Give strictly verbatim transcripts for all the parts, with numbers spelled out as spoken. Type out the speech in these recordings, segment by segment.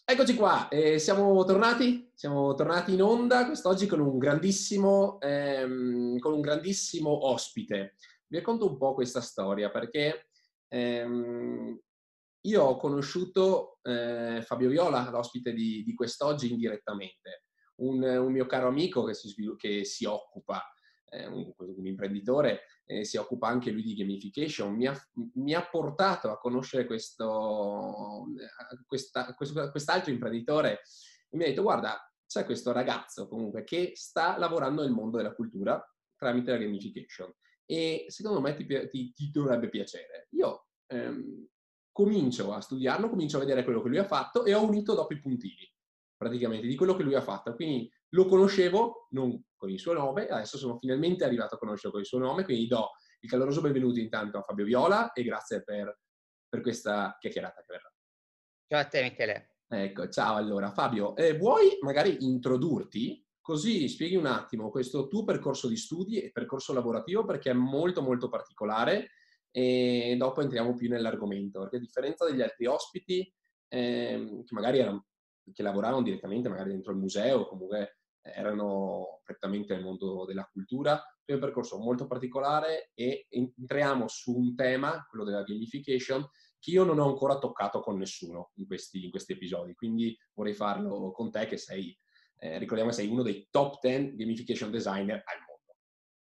Eccoci qua, eh, siamo tornati, siamo tornati in onda quest'oggi con un grandissimo, ehm, con un grandissimo ospite. Vi racconto un po' questa storia perché ehm, io ho conosciuto eh, Fabio Viola, l'ospite di, di quest'oggi, indirettamente. Un, un mio caro amico che si, svilu- che si occupa, eh, un, un imprenditore, eh, si occupa anche lui di gamification, mi ha, mi ha portato a conoscere questo, questa, questo, quest'altro imprenditore e mi ha detto: guarda, c'è questo ragazzo comunque che sta lavorando nel mondo della cultura tramite la gamification e secondo me ti, ti, ti dovrebbe piacere. Io ehm, comincio a studiarlo, comincio a vedere quello che lui ha fatto e ho unito dopo i puntini praticamente di quello che lui ha fatto. Quindi lo conoscevo non con il suo nome, adesso sono finalmente arrivato a conoscerlo con il suo nome, quindi do il caloroso benvenuto intanto a Fabio Viola e grazie per, per questa chiacchierata che verrà. Ciao a te Michele. Ecco, ciao allora. Fabio, eh, vuoi magari introdurti? Così spieghi un attimo questo tuo percorso di studi e percorso lavorativo perché è molto molto particolare e dopo entriamo più nell'argomento, perché a differenza degli altri ospiti ehm, che magari erano, che lavoravano direttamente magari dentro il museo o comunque erano prettamente nel mondo della cultura, è un percorso molto particolare e entriamo su un tema, quello della gamification, che io non ho ancora toccato con nessuno in questi, in questi episodi, quindi vorrei farlo con te che sei, eh, ricordiamo che sei uno dei top dieci gamification designer al mondo.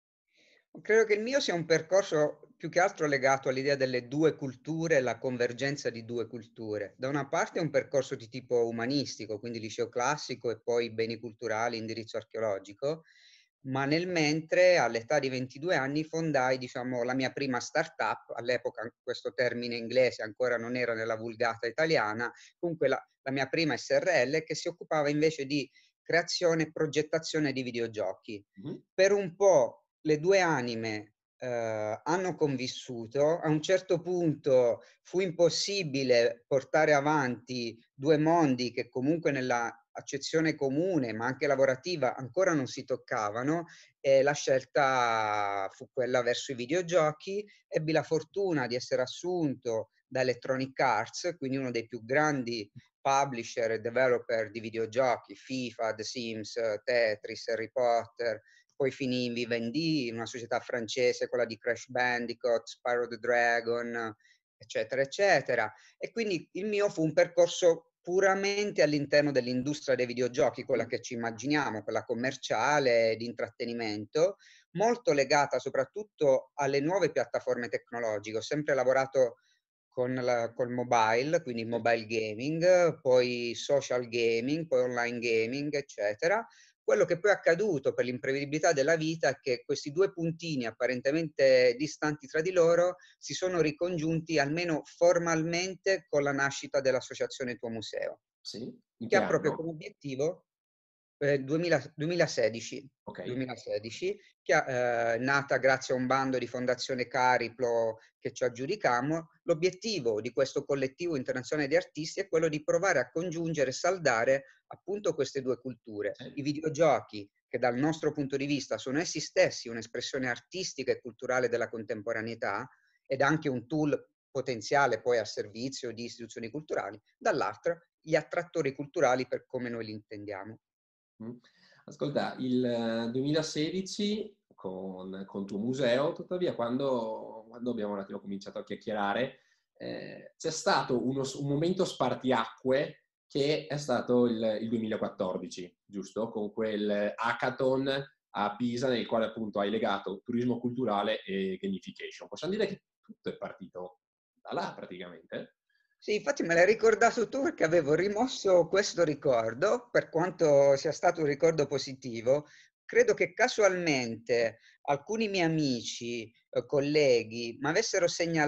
Credo che il mio sia un percorso più che altro legato all'idea delle due culture, la convergenza di due culture. Da una parte è un percorso di tipo umanistico, quindi liceo classico e poi beni culturali, indirizzo archeologico, ma nel mentre all'età di ventidue anni fondai, diciamo, la mia prima startup. All'epoca questo termine inglese ancora non era nella vulgata italiana, comunque la, la mia prima S R L, che si occupava invece di creazione e progettazione di videogiochi. Mm-hmm. Per un po' le due anime eh, hanno convissuto. A un certo punto fu impossibile portare avanti due mondi che comunque nella accezione comune, ma anche lavorativa, ancora non si toccavano, e la scelta fu quella verso i videogiochi. Ebbi la fortuna di essere assunto da Electronic Arts, quindi uno dei più grandi publisher e developer di videogiochi, FIFA, The Sims, Tetris, Harry Potter. Poi finì in Vivendi, una società francese, quella di Crash Bandicoot, Spyro the Dragon, eccetera, eccetera. E quindi il mio fu un percorso puramente all'interno dell'industria dei videogiochi, quella che ci immaginiamo, quella commerciale, di intrattenimento, molto legata soprattutto alle nuove piattaforme tecnologiche. Ho sempre lavorato con la, col mobile, quindi mobile gaming, poi social gaming, poi online gaming, eccetera. Quello che poi è accaduto per l'imprevedibilità della vita è che questi due puntini apparentemente distanti tra di loro si sono ricongiunti almeno formalmente con la nascita dell'associazione Tuo Museo, Sì? In che che ha proprio anno? come obiettivo eh, duemila duemilasedici, Ok. duemilasedici, che è eh, nata grazie a un bando di Fondazione Cariplo che ci aggiudicamo. L'obiettivo di questo collettivo internazionale di artisti è quello di provare a congiungere e saldare appunto queste due culture. Sì. I videogiochi, che dal nostro punto di vista sono essi stessi un'espressione artistica e culturale della contemporaneità ed anche un tool potenziale poi a servizio di istituzioni culturali, dall'altra gli attrattori culturali per come noi li intendiamo. Mm. Ascolta, il eh, duemilasedici con, con tuo museo, tuttavia, quando, quando abbiamo un attimo cominciato a chiacchierare, eh, c'è stato uno, un momento spartiacque che è stato il, il duemilaquattordici, giusto? Con quel hackathon a Pisa nel quale appunto hai legato turismo culturale e gamification. Possiamo dire che tutto è partito da là praticamente? Sì, infatti me l'hai ricordato tu perché avevo rimosso questo ricordo, per quanto sia stato un ricordo positivo. Credo che casualmente alcuni miei amici, eh, colleghi, mi avessero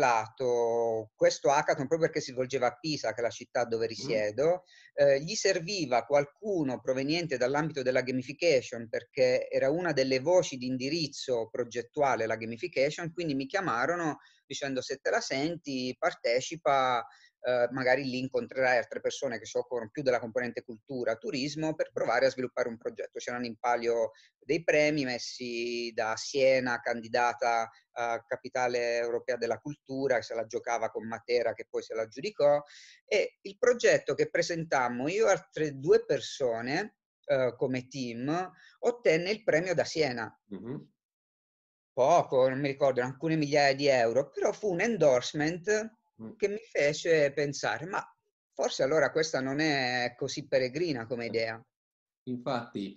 segnalato questo hackathon proprio perché si svolgeva a Pisa, che è la città dove Mm? risiedo. Eh, gli serviva qualcuno proveniente dall'ambito della gamification perché era una delle voci di indirizzo progettuale la gamification, quindi mi chiamarono dicendo: se te la senti, partecipa. eh, magari lì incontrerai altre persone che si occupano più della componente cultura, turismo, per provare a sviluppare un progetto. C'erano in palio dei premi messi da Siena, candidata a Capitale Europea della Cultura, che se la giocava con Matera, che poi se la giudicò, e il progetto che presentammo io e altre due persone eh, come team ottenne il premio da Siena. Mm-hmm. Poco, non mi ricordo, alcune migliaia di euro, però fu un endorsement Mm. che mi fece pensare, ma forse allora questa non è così peregrina come idea. Infatti,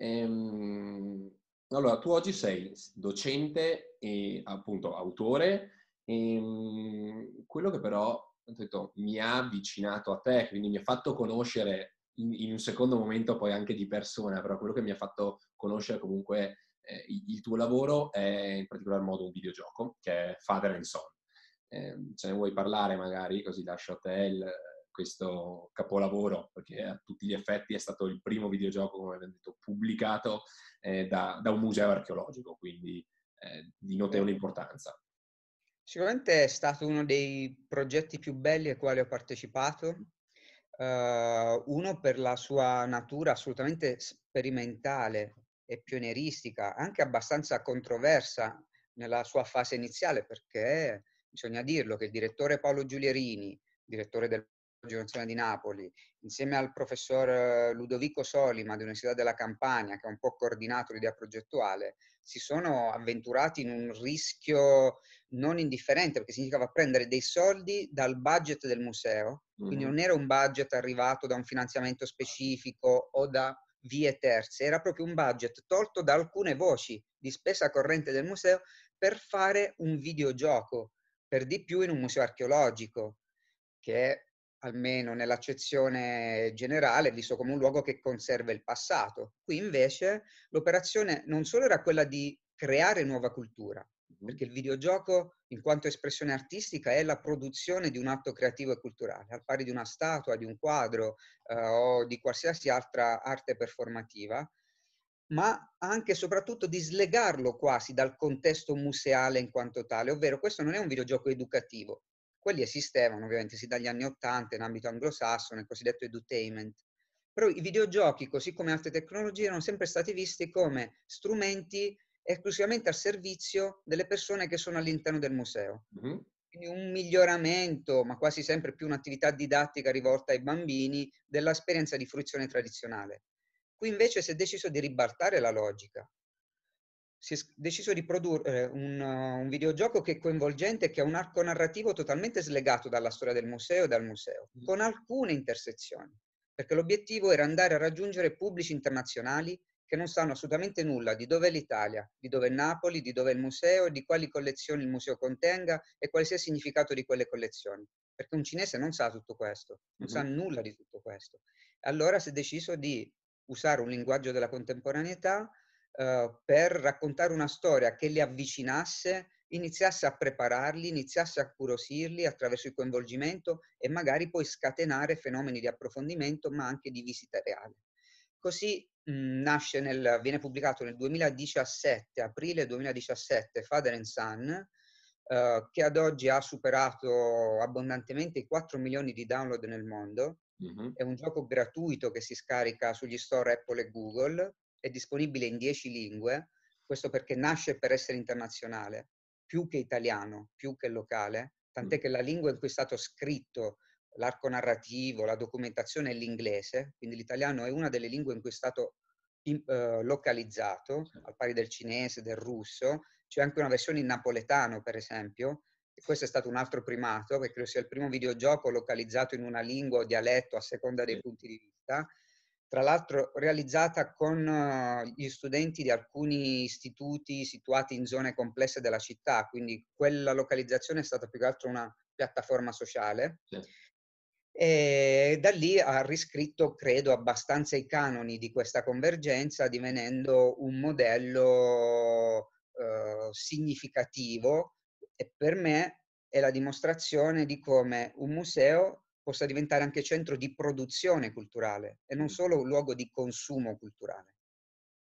ehm, allora tu oggi sei docente e appunto autore, e quello che però ho detto, mi ha avvicinato a te, quindi mi ha fatto conoscere in, in un secondo momento poi anche di persona, però quello che mi ha fatto conoscere comunque eh, il, il tuo lavoro è in particolar modo un videogioco che è Father and Son. Eh, ce ne vuoi parlare magari, così lascio a te il, questo capolavoro, perché a tutti gli effetti è stato il primo videogioco, come abbiamo detto, pubblicato eh, da, da un museo archeologico, quindi eh, di notevole importanza. Sicuramente è stato uno dei progetti più belli ai quali ho partecipato. Uh, uno per la sua natura assolutamente sperimentale e pionieristica, anche abbastanza controversa nella sua fase iniziale, perché bisogna dirlo che il direttore Paolo Giulierini, direttore del Collegio Nazionale di Napoli, insieme al professor Ludovico Solima dell'Università della Campania, che ha un po' coordinato l'idea progettuale, si sono avventurati in un rischio non indifferente, perché significava prendere dei soldi dal budget del museo, quindi Mm-hmm. non era un budget arrivato da un finanziamento specifico o da vie terze, era proprio un budget tolto da alcune voci di spesa corrente del museo per fare un videogioco, per di più in un museo archeologico, che almeno nell'accezione generale è visto come un luogo che conserva il passato. Qui invece l'operazione non solo era quella di creare nuova cultura, perché il videogioco, in quanto espressione artistica, è la produzione di un atto creativo e culturale, al pari di una statua, di un quadro eh, o di qualsiasi altra arte performativa, ma anche e soprattutto di slegarlo quasi dal contesto museale in quanto tale, ovvero questo non è un videogioco educativo. Quelli esistevano ovviamente sì dagli anni Ottanta in ambito anglosassone, il cosiddetto edutainment. Però i videogiochi, così come altre tecnologie, erano sempre stati visti come strumenti esclusivamente al servizio delle persone che sono all'interno del museo. Mm-hmm. Quindi un miglioramento, ma quasi sempre più un'attività didattica rivolta ai bambini, dell'esperienza di fruizione tradizionale. Qui invece si è deciso di ribaltare la logica. Si è deciso di produrre un, uh, un videogioco che è coinvolgente, che ha un arco narrativo totalmente slegato dalla storia del museo e dal museo, con alcune intersezioni, perché l'obiettivo era andare a raggiungere pubblici internazionali che non sanno assolutamente nulla di dove è l'Italia, di dove è Napoli, di dove è il museo, di quali collezioni il museo contenga e quale sia il significato di quelle collezioni. Perché un cinese non sa tutto questo, non Mm-hmm. sa nulla di tutto questo. Allora si è deciso di usare un linguaggio della contemporaneità eh, per raccontare una storia che li avvicinasse, iniziasse a prepararli, iniziasse a curiosirli attraverso il coinvolgimento e magari poi scatenare fenomeni di approfondimento, ma anche di visita reale. Così mh, nasce nel, viene pubblicato nel duemiladiciassette, aprile duemiladiciassette, Father and Son, eh, che ad oggi ha superato abbondantemente i quattro milioni di download nel mondo. Mm-hmm. È un gioco gratuito che si scarica sugli store Apple e Google, è disponibile in dieci lingue, questo perché nasce per essere internazionale, più che italiano, più che locale, tant'è che la lingua in cui è stato scritto l'arco narrativo, la documentazione è l'inglese, quindi l'italiano è una delle lingue in cui è stato in, uh, localizzato, al pari del cinese, del russo. C'è anche una versione in napoletano, per esempio, e questo è stato un altro primato, perché credo sia il primo videogioco localizzato in una lingua o dialetto a seconda dei punti di vista. Tra l'altro realizzata con uh, gli studenti di alcuni istituti situati in zone complesse della città, quindi quella localizzazione è stata più che altro una piattaforma sociale. Sì. E da lì ha riscritto, credo, abbastanza i canoni di questa convergenza, divenendo un modello eh, significativo, e per me è la dimostrazione di come un museo possa diventare anche centro di produzione culturale e non solo un luogo di consumo culturale.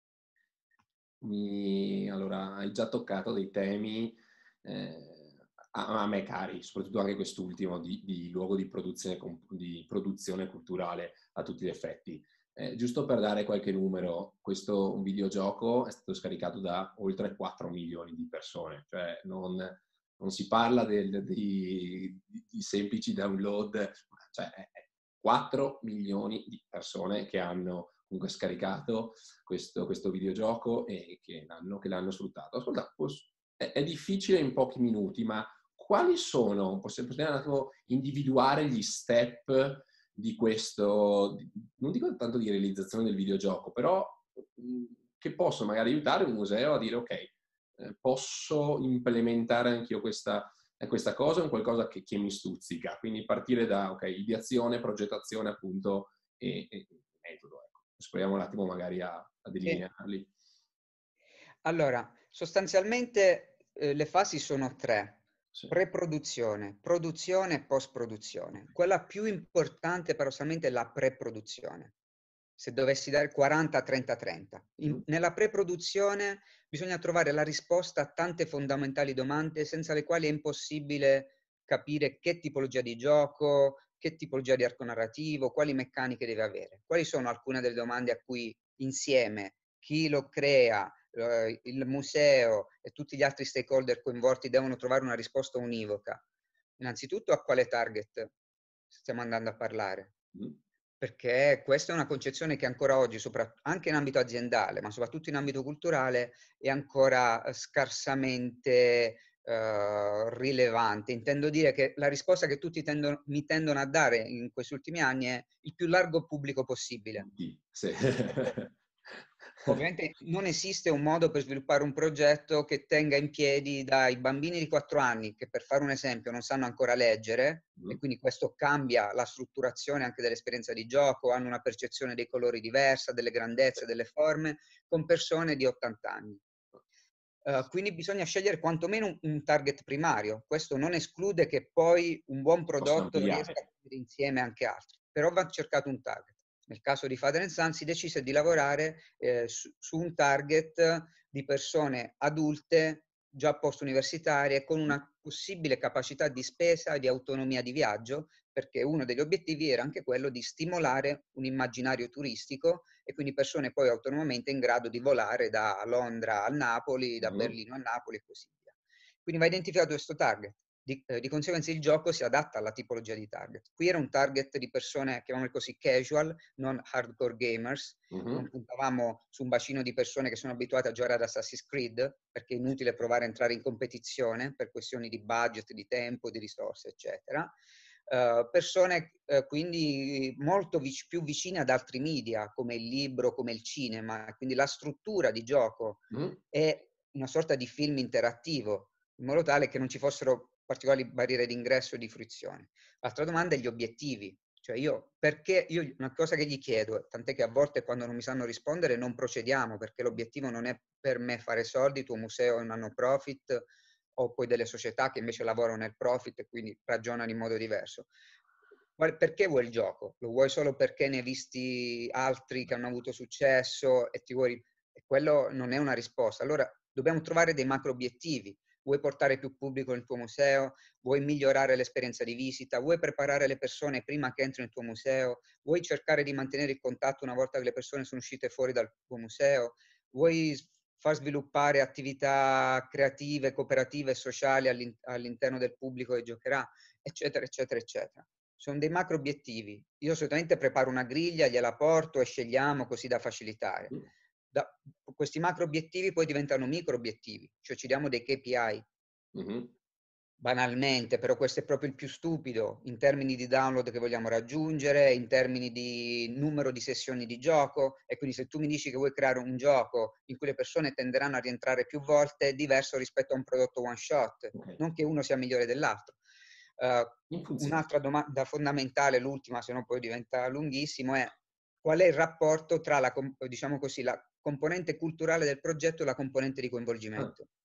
Mi, allora, hai già toccato dei temi eh, a, a me cari, soprattutto anche quest'ultimo di, di luogo di produzione, di produzione culturale a tutti gli effetti. Eh, giusto per dare qualche numero, questo un videogioco è stato scaricato da oltre quattro milioni di persone, cioè non, non si parla del, di, di, di semplici download, cioè è quattro milioni di persone che hanno comunque scaricato questo, questo videogioco e che l'hanno, che l'hanno sfruttato. Ascolta, è, è difficile in pochi minuti, ma quali sono, possiamo un attimo individuare gli step di questo, non dico tanto di realizzazione del videogioco, però che possono magari aiutare un museo a dire ok, eh, posso implementare anch'io questa, questa cosa, è un qualcosa che, che mi stuzzica. Quindi partire da ok, ideazione, progettazione appunto e, e metodo. Ecco. Speriamo un attimo magari a, a delinearli. Allora, sostanzialmente eh, le fasi sono tre. Sì. Pre-produzione, produzione e post-produzione. Quella più importante paradossalmente è la pre-produzione. Se dovessi dare quaranta trenta trenta. In, nella pre-produzione bisogna trovare la risposta a tante fondamentali domande senza le quali è impossibile capire che tipologia di gioco, che tipologia di arco narrativo, quali meccaniche deve avere. Quali sono alcune delle domande a cui insieme chi lo crea, eh, il museo e tutti gli altri stakeholder coinvolti devono trovare una risposta univoca. Innanzitutto a quale target stiamo andando a parlare? Mm. Perché questa è una concezione che ancora oggi, anche in ambito aziendale, ma soprattutto in ambito culturale, è ancora scarsamente uh, rilevante. Intendo dire che la risposta che tutti tendono, mi tendono a dare in questi ultimi anni è il più largo pubblico possibile. Sì. Ovviamente non esiste un modo per sviluppare un progetto che tenga in piedi dai bambini di quattro anni, che per fare un esempio non sanno ancora leggere, mm. e quindi questo cambia la strutturazione anche dell'esperienza di gioco, hanno una percezione dei colori diversa, delle grandezze, delle forme, con persone di ottanta anni. Uh, quindi bisogna scegliere quantomeno un, un target primario. Questo non esclude che poi un buon prodotto riesca a mettere insieme anche altri, però va cercato un target. Nel caso di Father and Son si decise di lavorare eh, su, su un target di persone adulte, già post-universitarie, con una possibile capacità di spesa e di autonomia di viaggio, perché uno degli obiettivi era anche quello di stimolare un immaginario turistico e quindi persone poi autonomamente in grado di volare da Londra a Napoli, da Berlino a Napoli e così via. Quindi va identificato questo target. Di, eh, di conseguenza il gioco si adatta alla tipologia di target. Qui era un target di persone, chiamiamole così, casual, non hardcore gamers. Uh-huh. Non puntavamo su un bacino di persone che sono abituate a giocare ad Assassin's Creed, perché è inutile provare a entrare in competizione per questioni di budget, di tempo, di risorse, eccetera. Uh, persone uh, quindi molto vic- più vicine ad altri media, come il libro, come il cinema. Quindi la struttura di gioco uh-huh. è una sorta di film interattivo, in modo tale che non ci fossero particolari barriere di ingresso e di fruizione. L'altra domanda è gli obiettivi. Cioè io, perché, io una cosa che gli chiedo, tant'è che a volte quando non mi sanno rispondere non procediamo, perché l'obiettivo non è per me fare soldi, il tuo museo è un non profit, o poi delle società che invece lavorano nel profit e quindi ragionano in modo diverso. Perché vuoi il gioco? Lo vuoi solo perché ne hai visti altri che hanno avuto successo e ti vuoi... E quello non è una risposta. Allora dobbiamo trovare dei macro obiettivi. Vuoi portare più pubblico nel tuo museo? Vuoi migliorare l'esperienza di visita? Vuoi preparare le persone prima che entrino nel tuo museo? Vuoi cercare di mantenere il contatto una volta che le persone sono uscite fuori dal tuo museo? Vuoi far sviluppare attività creative, cooperative e sociali all'interno del pubblico che giocherà? Eccetera, eccetera, eccetera. Sono dei macro obiettivi. Io solitamente preparo una griglia, gliela porto e scegliamo così da facilitare. Da, questi macro obiettivi poi diventano micro obiettivi, cioè ci diamo dei K P I. Uh-huh. Banalmente, però questo è proprio il più stupido, in termini di download che vogliamo raggiungere, in termini di numero di sessioni di gioco, e quindi se tu mi dici che vuoi creare un gioco in cui le persone tenderanno a rientrare più volte, è diverso rispetto a un prodotto one shot, okay. Non che uno sia migliore dell'altro. Uh, un'altra domanda fondamentale, l'ultima, se no poi diventa lunghissimo, è qual è il rapporto tra la, diciamo così, la componente culturale del progetto e la componente di coinvolgimento? Ah.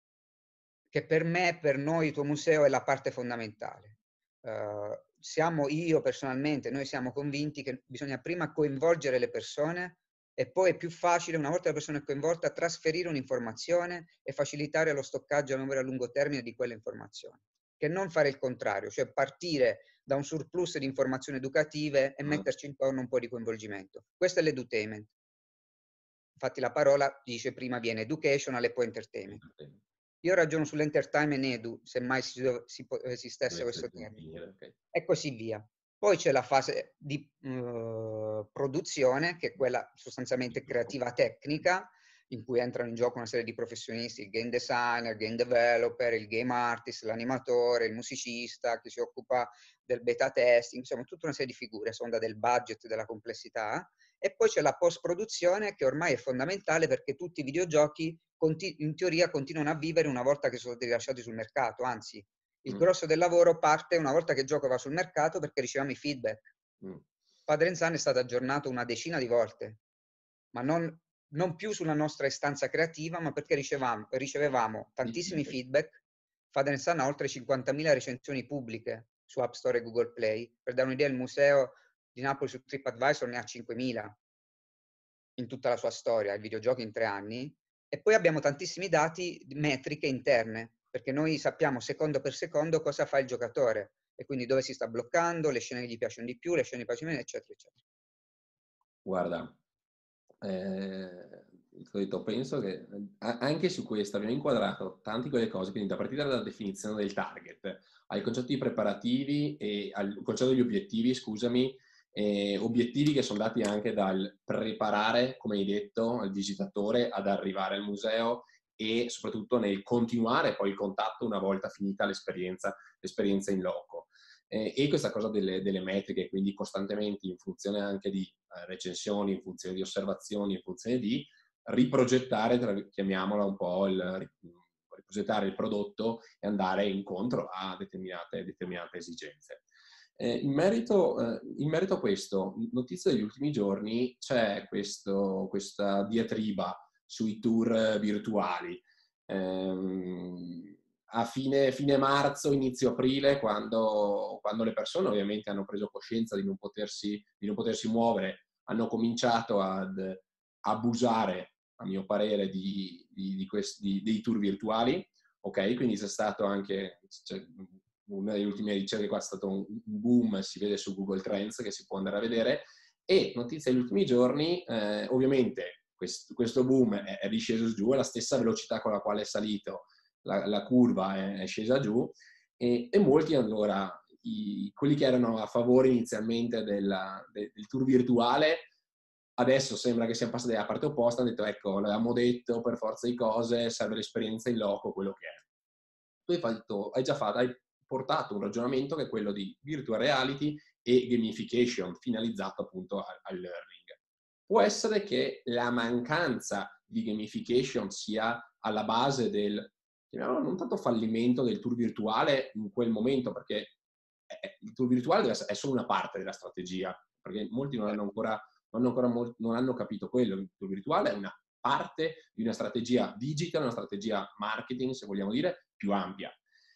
Che per me, per noi, il tuo museo è la parte fondamentale. Uh, siamo io personalmente, noi siamo convinti che bisogna prima coinvolgere le persone e poi è più facile, una volta la persona è coinvolta, trasferire un'informazione e facilitare lo stoccaggio a memoria a lungo termine di quelle informazioni. che non fare il contrario, cioè partire da un surplus di informazioni educative e Mm. metterci intorno un po' di coinvolgimento. Questo è l'edutainment. Infatti la parola dice prima viene educational e poi entertainment. Io ragiono sull'entertainment edu, se mai si, si, esistesse questo termine. Okay. E così via. Poi c'è la fase di uh, produzione, che è quella sostanzialmente creativa tecnica, in cui entrano in gioco una serie di professionisti, il game designer, il game developer, il game artist, l'animatore, il musicista che si occupa del beta testing, insomma tutta una serie di figure a seconda del budget, della complessità. E poi c'è la post-produzione, che ormai è fondamentale perché tutti i videogiochi in teoria continuano a vivere una volta che sono stati rilasciati sul mercato, anzi il Mm. grosso del lavoro parte una volta che il gioco va sul mercato perché riceviamo i feedback. Mm. Father and Son è stato aggiornato una decina di volte, ma non, non più sulla nostra istanza creativa, ma perché ricevamo, ricevevamo tantissimi feedback. Father and Son ha oltre cinquantamila recensioni pubbliche su App Store e Google Play. Per dare un'idea, il museo di Napoli su TripAdvisor ne ha cinquemila in tutta la sua storia, i videogiochi in tre anni. E poi abbiamo tantissimi dati, metriche interne, perché noi sappiamo secondo per secondo cosa fa il giocatore e quindi dove si sta bloccando, le scene che gli piacciono di più, le scene che gli piacciono meno, eccetera, eccetera. Guarda, eh, ho detto, penso che anche su questo abbiamo inquadrato tante quelle cose, quindi da partire dalla definizione del target, ai concetti preparativi e al concetto degli obiettivi, scusami, eh, obiettivi che sono dati anche dal preparare, come hai detto, il visitatore ad arrivare al museo e soprattutto nel continuare poi il contatto una volta finita l'esperienza, l'esperienza in loco. Eh, e questa cosa delle, delle metriche, quindi costantemente in funzione anche di eh, recensioni, in funzione di osservazioni, in funzione di riprogettare, tra, chiamiamola un po', il, riprogettare il prodotto e andare incontro a determinate, determinate esigenze. Eh, in, merito, eh, in merito a questo, notizia degli ultimi giorni, c'è questo, questa diatriba sui tour virtuali. Ehm, a fine, fine marzo, inizio aprile, quando, quando le persone ovviamente hanno preso coscienza di non potersi, di non potersi muovere, hanno cominciato ad abusare, a mio parere, di, di, di questi, dei tour virtuali. Ok, quindi c'è stato anche, cioè, una delle ultime ricerche qua è stato un boom, si vede su Google Trends che si può andare a vedere, e notizia degli ultimi giorni, eh, ovviamente questo, questo boom è, è risceso giù, è la stessa velocità con la quale è salito, la, la curva è, è scesa giù, e, e molti allora, i, quelli che erano a favore inizialmente della, del, del tour virtuale, adesso sembra che siamo passati dalla parte opposta, hanno detto ecco, l'avevamo detto per forza di cose, serve l'esperienza in loco, quello che è. Tu hai, fatto, hai già fatto, hai portato un ragionamento che è quello di virtual reality e gamification finalizzato appunto al, al learning. Può essere che la mancanza di gamification sia alla base del, chiamiamolo non tanto fallimento del tour virtuale in quel momento, perché il tour virtuale è solo una parte della strategia, perché molti non hanno ancora, non hanno, ancora molt, non hanno capito quello. Il tour virtuale è una parte di una strategia digital, una strategia marketing, se vogliamo dire, più ampia.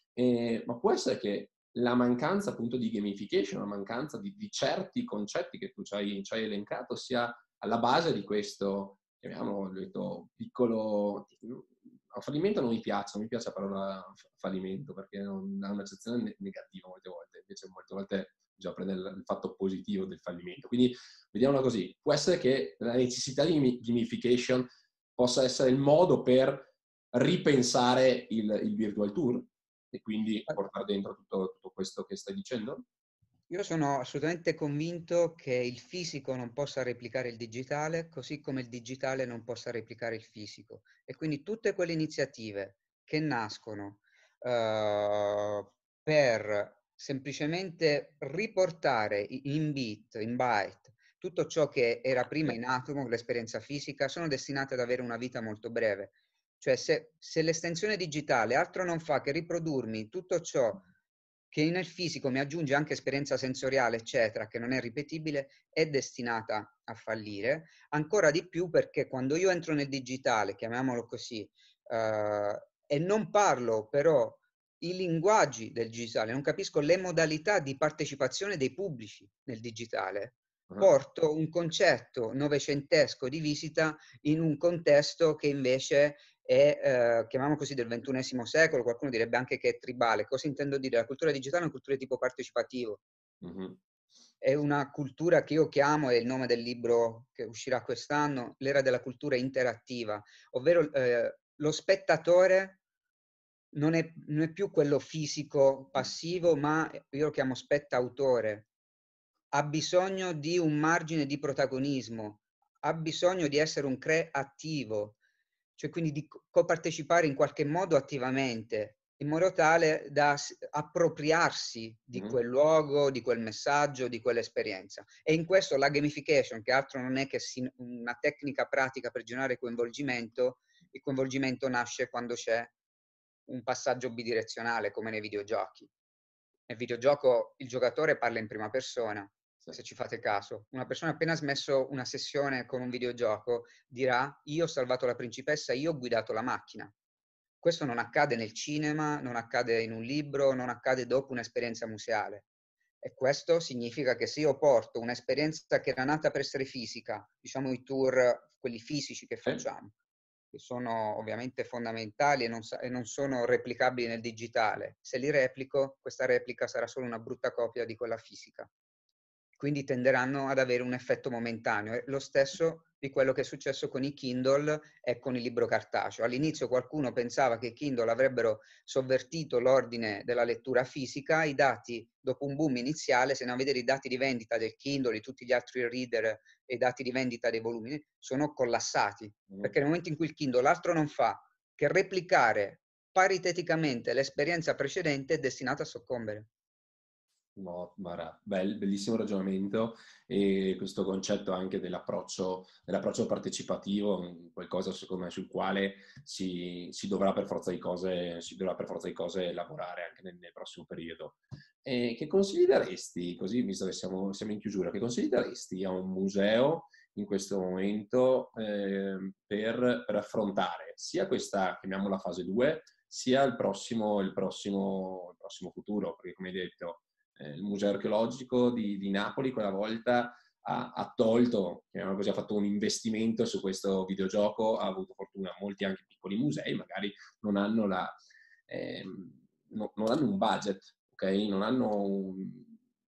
Eh, ma può essere che la mancanza appunto di gamification, la mancanza di, di certi concetti che tu ci hai, ci hai elencato sia alla base di questo, chiamiamolo, detto, piccolo... fallimento non mi piace, non mi piace la parola fallimento perché ha un'accezione negativa molte volte, invece molte volte bisogna prendere il fatto positivo del fallimento. Quindi vediamola così, può essere che la necessità di gamification possa essere il modo per ripensare il, il virtual tour e quindi portare dentro tutto, tutto questo che stai dicendo? Io sono assolutamente convinto che il fisico non possa replicare il digitale, così come il digitale non possa replicare il fisico. E quindi tutte quelle iniziative che nascono uh, per semplicemente riportare in bit, in byte, tutto ciò che era prima in atomo, l'esperienza fisica, sono destinate ad avere una vita molto breve. Cioè se, se l'estensione digitale altro non fa che riprodurmi tutto ciò che nel fisico mi aggiunge anche esperienza sensoriale, eccetera, che non è ripetibile, è destinata a fallire, ancora di più perché quando io entro nel digitale, chiamiamolo così, eh, e non parlo però i linguaggi del digitale, non capisco le modalità di partecipazione dei pubblici nel digitale, uh-huh. porto un concetto novecentesco di visita in un contesto che invece è, eh, chiamiamo così, del ventunesimo secolo, qualcuno direbbe anche che è tribale. Cosa intendo dire? La cultura digitale è una cultura di tipo partecipativo. Mhm. È una cultura che io chiamo, è il nome del libro che uscirà quest'anno, l'era della cultura interattiva, ovvero eh, lo spettatore non è, non è più quello fisico passivo, ma io lo chiamo spettautore. Ha bisogno di un margine di protagonismo, ha bisogno di essere un creativo, cioè quindi di copartecipare in qualche modo attivamente, in modo tale da appropriarsi di Mhm. quel luogo, di quel messaggio, di quell'esperienza. E in questo la gamification, che altro non è che una tecnica pratica per generare coinvolgimento, il coinvolgimento nasce quando c'è un passaggio bidirezionale, come nei videogiochi. Nel videogioco il giocatore parla in prima persona, Sì. se ci fate caso. Una persona appena smesso una sessione con un videogioco dirà: io ho salvato la principessa, io ho guidato la macchina. Questo non accade nel cinema, non accade in un libro, non accade dopo un'esperienza museale. E questo significa che se io porto un'esperienza che era nata per essere fisica, diciamo i tour, quelli fisici che Sì. facciamo, che sono ovviamente fondamentali e non, e non sono replicabili nel digitale. Se li replico, questa replica sarà solo una brutta copia di quella fisica. Quindi tenderanno ad avere un effetto momentaneo. Lo stesso di quello che è successo con i Kindle e con il libro cartaceo. All'inizio qualcuno pensava che i Kindle avrebbero sovvertito l'ordine della lettura fisica. I dati, dopo un boom iniziale, se andiamo a vedere i dati di vendita del Kindle, di tutti gli altri reader e i dati di vendita dei volumi, sono collassati. Mhm. Perché nel momento in cui il Kindle altro non fa che replicare pariteticamente l'esperienza precedente, è destinato a soccombere. No, guarda, bel, bellissimo ragionamento, e questo concetto anche dell'approccio, dell'approccio partecipativo, qualcosa secondo me sul quale si, si dovrà per forza di cose, si dovrà per forza di cose lavorare anche nel, nel prossimo periodo. E che consigli daresti, così visto che siamo, siamo in chiusura, che consigli daresti a un museo in questo momento eh, per, per affrontare sia questa, chiamiamola fase due, sia il prossimo, il prossimo, il prossimo futuro? Perché come hai detto, eh, il Museo Archeologico di, di Napoli quella volta ha, ha tolto, così, ha fatto un investimento su questo videogioco, ha avuto fortuna. Molti anche piccoli musei magari non hanno, la, ehm, no, non hanno un budget, ok? Non hanno un,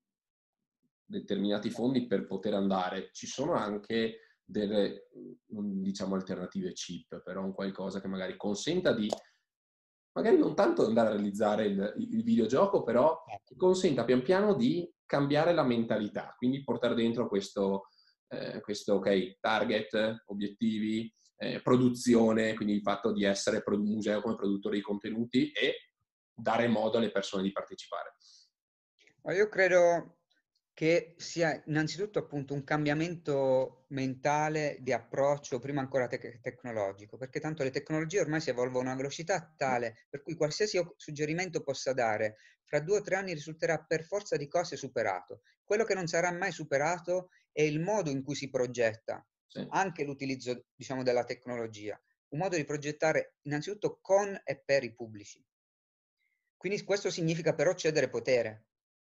determinati fondi per poter andare. Ci sono anche delle, non diciamo alternative cheap, però un qualcosa che magari consenta di, magari non tanto andare a realizzare il, il videogioco, però che consenta pian piano di cambiare la mentalità, quindi portare dentro questo, eh, questo ok, target, obiettivi, eh, produzione, quindi il fatto di essere un museo come produttore di contenuti e dare modo alle persone di partecipare. Ma io credo che sia innanzitutto appunto un cambiamento mentale di approccio, prima ancora te- tecnologico, perché tanto le tecnologie ormai si evolvono a una velocità tale per cui qualsiasi suggerimento possa dare, fra due o tre anni risulterà per forza di cose superato. Quello che non sarà mai superato è il modo in cui si progetta, Sì. anche l'utilizzo, diciamo, della tecnologia, un modo di progettare innanzitutto con e per i pubblici. Quindi questo significa però cedere potere.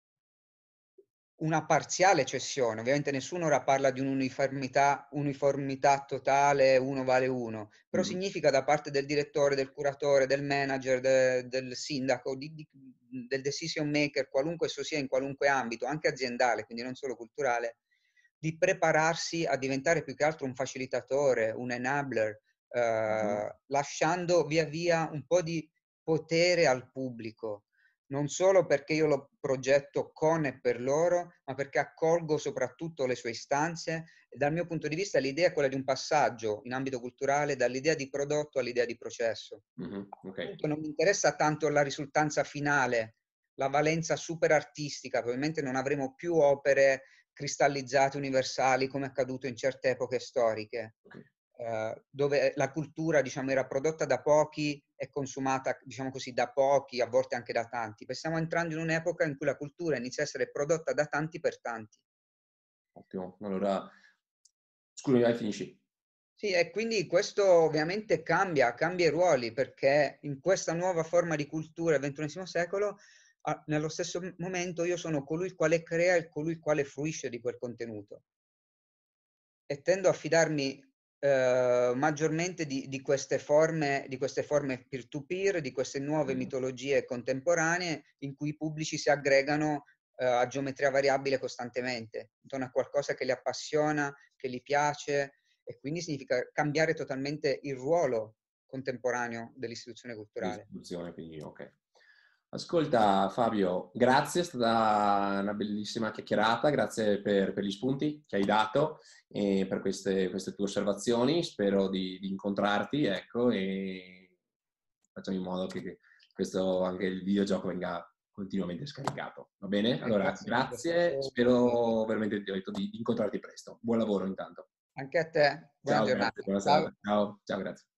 Una parziale cessione, ovviamente nessuno ora parla di un'uniformità uniformità totale, uno vale uno, però Mm. significa da parte del direttore, del curatore, del manager, de, del sindaco, di, di, del decision maker, qualunque esso sia in qualunque ambito, anche aziendale, quindi non solo culturale, di prepararsi a diventare più che altro un facilitatore, un enabler, eh, Mm. lasciando via via un po' di potere al pubblico, non solo perché io lo progetto con e per loro, ma perché accolgo soprattutto le sue istanze. E dal mio punto di vista l'idea è quella di un passaggio in ambito culturale dall'idea di prodotto all'idea di processo. Mm-hmm. Okay. Appunto, non mi interessa tanto la risultanza finale, la valenza super artistica, probabilmente non avremo più opere cristallizzate, universali, come è accaduto in certe epoche storiche. Okay. Uh, dove la cultura, diciamo, era prodotta da pochi e consumata, diciamo così, da pochi, a volte anche da tanti. Poi stiamo entrando in un'epoca in cui la cultura inizia a essere prodotta da tanti per tanti. Ottimo. Allora, scusami, vai, finisci. Sì, e quindi questo ovviamente cambia, cambia i ruoli, perché in questa nuova forma di cultura del ventunesimo secolo, ah, nello stesso momento io sono colui il quale crea e colui il quale fruisce di quel contenuto. E tendo a fidarmi eh, maggiormente di, di queste forme, di queste forme peer-to-peer, di queste nuove Mm. mitologie contemporanee in cui i pubblici si aggregano eh, a geometria variabile costantemente, intorno a qualcosa che li appassiona, che gli piace, e quindi significa cambiare totalmente il ruolo contemporaneo dell'istituzione culturale. L'istituzione, quindi ok. Ascolta Fabio, grazie, è stata una bellissima chiacchierata, grazie per, per gli spunti che hai dato e per queste, queste tue osservazioni, spero di, di incontrarti, ecco, e facciamo in modo che, che questo, anche il videogioco venga continuamente scaricato, va bene? Eh, Allora, grazie mille, è grazie, stato spero veramente ti ho detto, di, di incontrarti presto. Buon lavoro intanto. anche a te. Buona Ciao, grazie, giornata. buona Ciao. serata. Ciao, ciao, grazie.